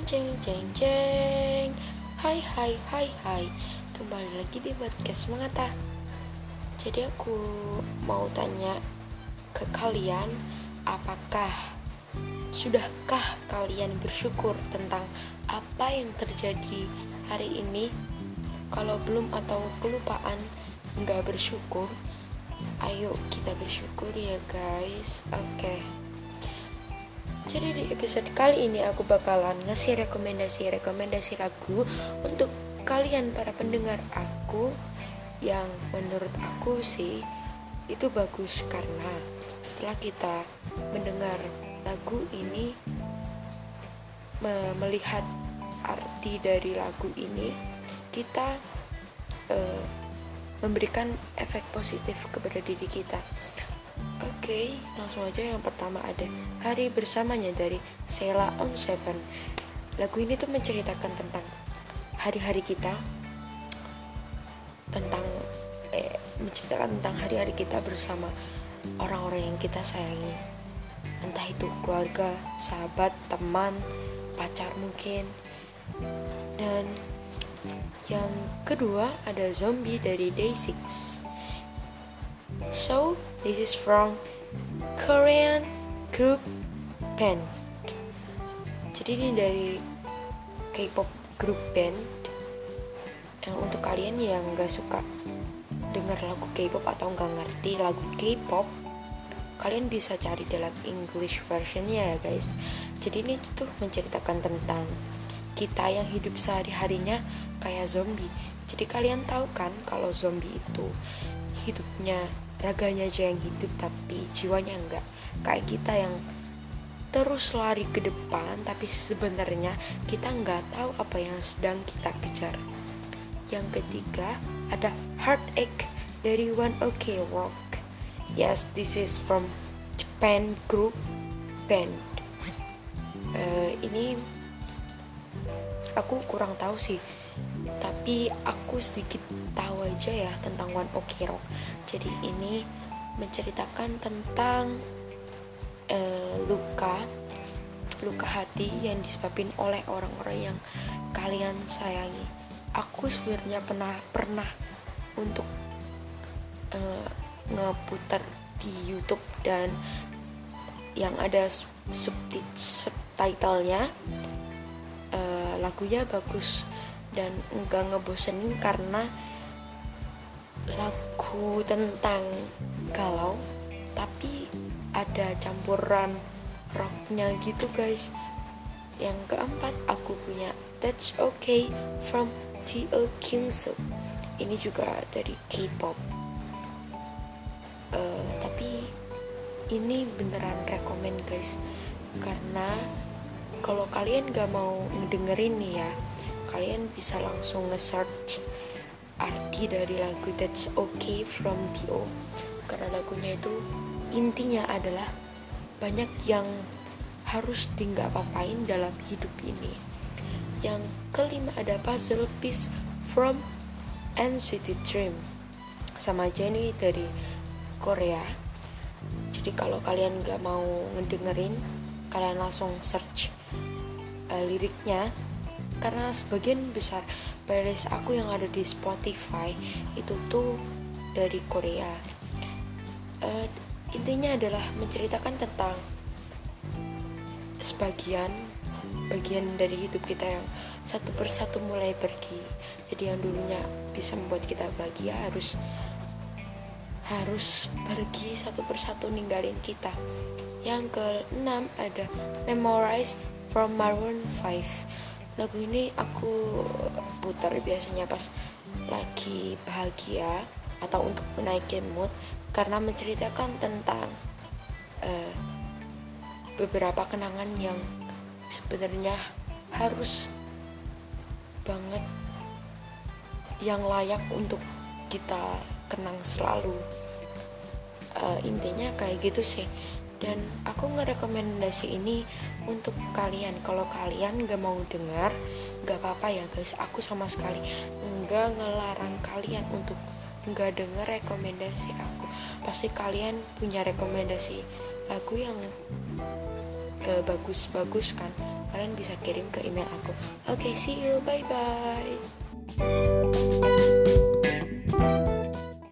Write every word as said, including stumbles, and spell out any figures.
Jeng jeng jeng jeng. Hai hai hai hai. Kembali lagi di podcast Mengata. Jadi aku mau tanya ke kalian, apakah sudahkah kalian bersyukur tentang apa yang terjadi hari ini? Kalau belum atau kelupaan nggak bersyukur, ayo kita bersyukur ya guys. Oke okay. Jadi di episode kali ini aku bakalan ngasih rekomendasi-rekomendasi lagu untuk kalian para pendengar aku, yang menurut aku sih itu bagus, karena setelah kita mendengar lagu ini, melihat arti dari lagu ini, kita uh, memberikan efek positif kepada diri kita. Oke, okay, langsung aja. Yang pertama ada Hari Bersamanya dari Sheila on Seven. Lagu ini tuh menceritakan tentang hari-hari kita, tentang eh, menceritakan tentang hari-hari kita bersama orang-orang yang kita sayangi, entah itu keluarga, sahabat, teman, pacar mungkin. Dan yang kedua ada Zombie dari Day Six. So, this is from Korean group band. Jadi ini dari K-pop group band. Yang untuk kalian yang gak suka dengar lagu K-pop atau gak ngerti lagu K-pop, kalian bisa cari dalam English versionnya ya guys. Jadi ini tuh menceritakan tentang kita yang hidup sehari-harinya kayak zombie. Jadi kalian tahu kan kalau zombie itu hidupnya, raganya aja yang hidup tapi jiwanya enggak. Kayak kita yang terus lari ke depan tapi sebenarnya kita enggak tahu apa yang sedang kita kejar. Yang ketiga ada Heartache dari One Ok Rock. Yes, this is from Japan group band. Uh, ini aku kurang tahu sih, tapi aku sedikit tahu aja ya tentang One Ok Rock. Jadi ini menceritakan tentang uh, luka luka hati yang disebabkan oleh orang-orang yang kalian sayangi. Aku sebenarnya pernah pernah untuk uh, ngeputar di YouTube, dan yang ada subtitlenya, uh, lagunya bagus dan enggak ngebosenin karena lagu tentang galau tapi ada campuran rocknya gitu guys. Yang keempat aku punya That's Okay from Teo Kyungsoo. Ini juga dari K-pop. Uh, tapi ini beneran rekomen guys, karena kalau kalian gak mau ngedengerin nih ya, kalian bisa langsung nge-search arti dari lagu That's Okay from Teo, karena lagunya itu intinya adalah banyak yang harus di nggak apain dalam hidup ini. Yang kelima ada Puzzle Piece from N C T Dream. Sama aja nih dari Korea. Jadi kalau kalian nggak mau ngedengerin, kalian langsung search uh, liriknya, karena sebagian besar playlist aku yang ada di Spotify itu tuh dari Korea. Uh, intinya adalah menceritakan tentang sebagian bagian dari hidup kita yang satu persatu mulai pergi. Jadi yang dulunya bisa membuat kita bahagia harus harus pergi satu persatu ninggalin kita. Yang keenam ada Memorize from Maroon five. Lagu ini aku putar biasanya pas lagi bahagia atau untuk menaikkan mood, karena menceritakan tentang uh, beberapa kenangan yang sebenarnya harus banget, yang layak untuk kita kenang selalu. Uh, intinya kayak gitu sih. Dan aku ngerekomendasi ini untuk kalian. Kalau kalian gak mau dengar, gak apa-apa ya guys. Aku sama sekali gak ngelarang kalian untuk gak denger rekomendasi aku. Pasti kalian punya rekomendasi lagu yang uh, bagus-bagus kan. kalian bisa kirim ke email aku. Oke, okay, see you, bye bye.